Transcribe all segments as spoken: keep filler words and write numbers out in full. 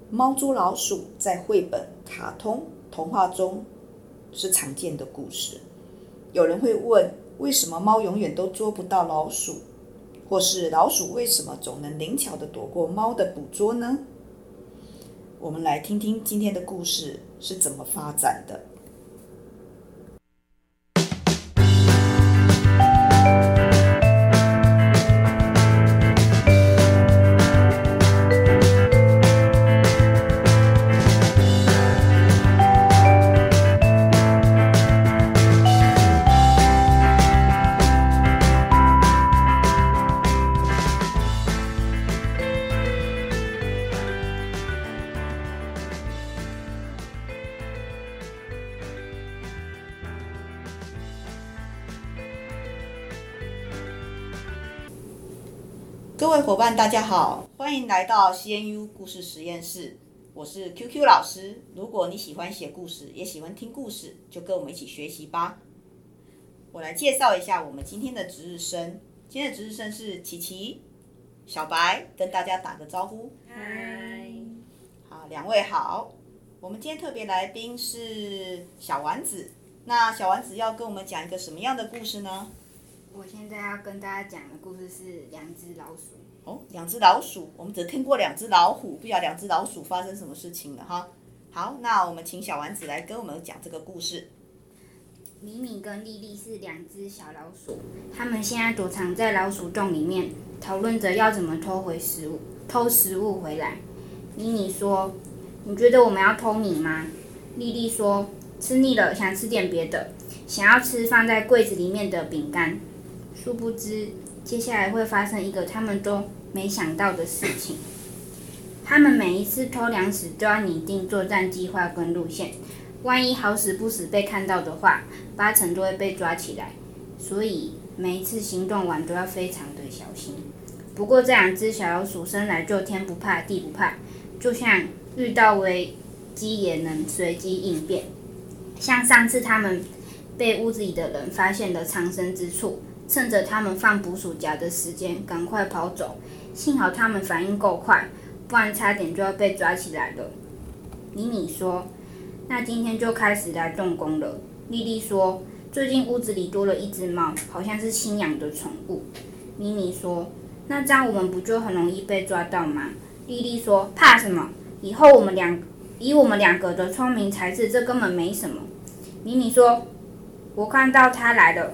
猫捉老鼠在绘本、卡通、童话中是常见的故事。有人会问，为什么猫永远都捉不到老鼠？或是老鼠为什么总能灵巧地躲过猫的捕捉呢？我们来听听今天的故事是怎么发展的。各位伙伴大家好，欢迎来到 C N U 故事实验室，我是 Q Q 老师。如果你喜欢写故事，也喜欢听故事，就跟我们一起学习吧。我来介绍一下我们今天的值日生，今天的值日生是琪琪、小白，跟大家打个招呼。 嗨， 好，两位好。我们今天特别来宾是小丸子，那小丸子要跟我们讲一个什么样的故事呢？ 我现在要跟大家讲的故事是两只老鼠。 哦，两只老鼠，我们只听过两只老虎，不晓得两只老鼠发生什么事情了哈。好，那我们请小丸子来跟我们讲这个故事。 米米跟莉莉是两只小老鼠，它们现在躲藏在老鼠洞里面，讨论着要怎么偷回食物，偷食物回来。米米说：“你觉得我们要偷米吗？”莉莉说：“吃腻了，想吃点别的，想要吃放在柜子里面的饼干。”殊不知，接下来会发生一个他们都没想到的事情。他们每一次偷粮食都要拟定作战计划跟路线，万一好死不死被看到的话，八成都会被抓起来。所以每一次行动完都要非常的小心。不过这两只小老鼠生来就天不怕地不怕，就像遇到危机也能随机应变。像上次他们被屋子里的人发现了藏身之处，趁着他们放捕鼠夹的时间赶快跑走，幸好他们反应够快，不然差点就要被抓起来了。米米说：“那今天就开始来动工了。”莉莉说：“最近屋子里多了一只猫，好像是新养的宠物。”米米说：“那这样我们不就很容易被抓到吗？”莉莉说：“怕什么？以后我们两以我们两个的聪明才智，这根本没什么。”米米说：“我看到它来了。”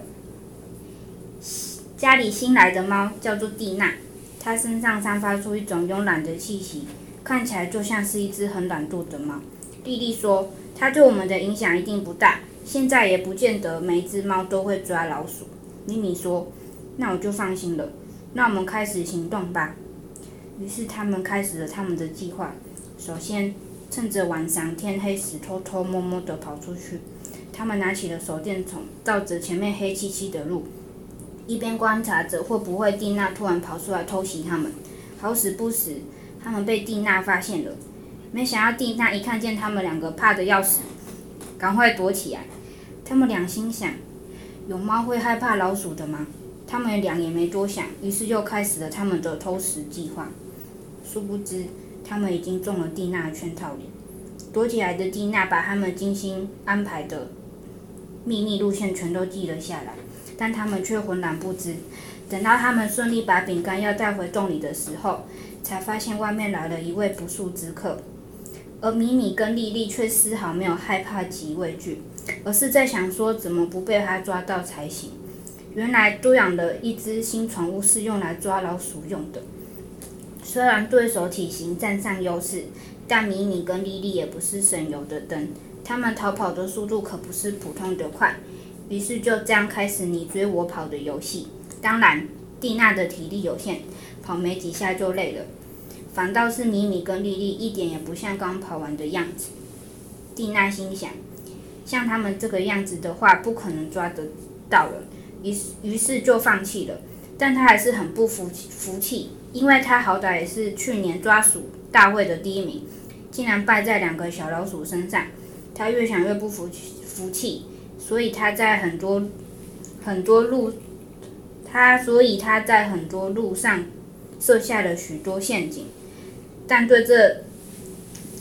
家里新来的猫叫做蒂娜，它身上散发出一种慵懒的气息，看起来就像是一只很懒惰的猫。莉莉说：“它对我们的影响一定不大，现在也不见得每一只猫都会抓老鼠。”米米说：“那我就放心了，那我们开始行动吧。”于是他们开始了他们的计划。首先，趁着晚上天黑时偷偷摸摸地跑出去。他们拿起了手电筒，照着前面黑漆漆的路，一边观察着会不会蒂娜突然跑出来偷袭他们。好死不死，他们被蒂娜发现了。没想到蒂娜一看见他们两个，怕得要死，赶快躲起来。他们俩心想：有猫会害怕老鼠的吗？他们俩也没多想，于是又开始了他们的偷食计划。殊不知，他们已经中了蒂娜的圈套里。躲起来的蒂娜把他们精心安排的秘密路线全都记了下来，但他们却浑然不知。等到他们顺利把饼干要带回洞里的时候，才发现外面来了一位不速之客。而米米跟莉莉却丝毫没有害怕及畏惧，而是在想说怎么不被他抓到才行。原来多养了一只新宠物是用来抓老鼠用的。虽然对手体型占上优势，但米米跟莉莉也不是省油的灯，他们逃跑的速度可不是普通的快。于是就这样开始你追我跑的游戏。当然，蒂娜的体力有限，跑没几下就累了。反倒是米米跟莉莉一点也不像刚跑完的样子。蒂娜心想，像他们这个样子的话，不可能抓得到了，于是于是就放弃了。但她还是很不服服气，因为她好歹也是去年抓鼠大会的第一名，竟然败在两个小老鼠身上。她越想越不服服气，所以她在很多很多路，她所以她在很多路上设下了许多陷阱。但对这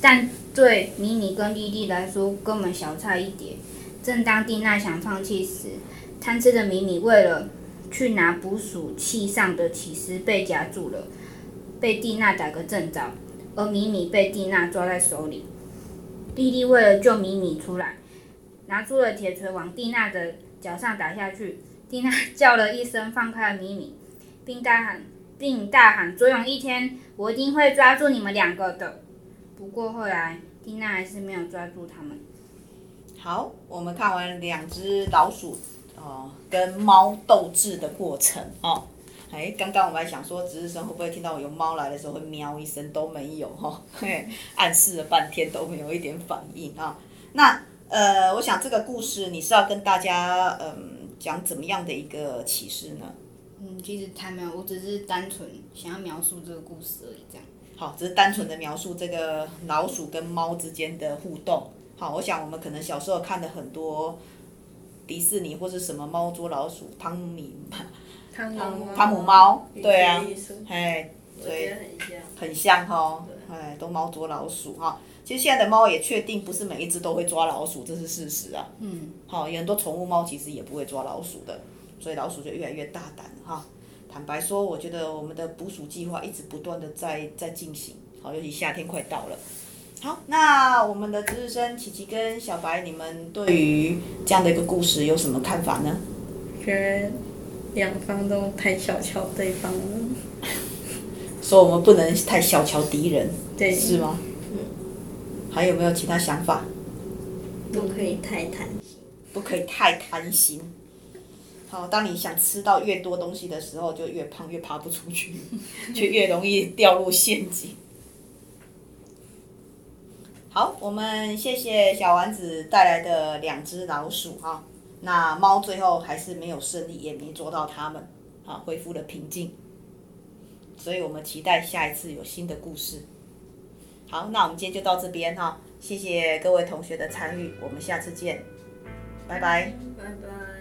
但对米米跟莉莉来说根本小菜一碟。正当蒂娜想放弃时，贪吃的米米为了去拿捕鼠器上的起司被夹住了，被蒂娜打个正着，而米米被蒂娜抓在手里。莉莉为了救米米出来，拿出了铁锤往蒂娜的脚上打下去。蒂娜叫了一声，放开了米米，并大喊并大喊：“总有一天，我一定会抓住你们两个的。”不过后来，蒂娜还是没有抓住他们。 好，我们看完两只老鼠哦跟猫斗智的过程哦。哎，刚刚我们还想说值日生会不会听到有猫来的时候会喵一声，都没有哈、哦，暗示了半天都没有一点反应啊、哦。那呃，我想这个故事你是要跟大家嗯讲怎么样的一个启示呢？ 嗯，其实还没有，我只是单纯想要描述这个故事而已，这样。 好，只是单纯的描述这个老鼠跟猫之间的互动。好，我想我们可能小时候看的很多迪士尼或是什么猫捉老鼠、汤米、 汤姆汤姆猫，对啊， 哎， 所以很像， 很像哈，哎，都猫捉老鼠哈。其实现在的猫也确定不是每一只都会抓老鼠，这是事实啊。 嗯。 好，有很多宠物猫其实也不会抓老鼠的，所以老鼠就越来越大胆哈。坦白说，我觉得我们的捕鼠计划一直不断的在在进行，好，尤其夏天快到了。好，那我们的值日生琪琪跟小白，你们对于这样的一个故事有什么看法呢？ 觉得两方都太小瞧对方了。 说我们不能太小瞧敌人， 对， 是吗？ 嗯。 还有没有其他想法？ 不可以太贪心。 不可以太贪心。好，当你想吃到越多东西的时候，就越胖，越爬不出去，就越容易掉入陷阱。好，我们谢谢小丸子带来的两只老鼠哈。那猫最后还是没有胜利，也没捉到它们，啊，恢复了平静。所以我们期待下一次有新的故事。好，那我们今天就到这边哈，谢谢各位同学的参与，我们下次见，拜拜。 拜拜。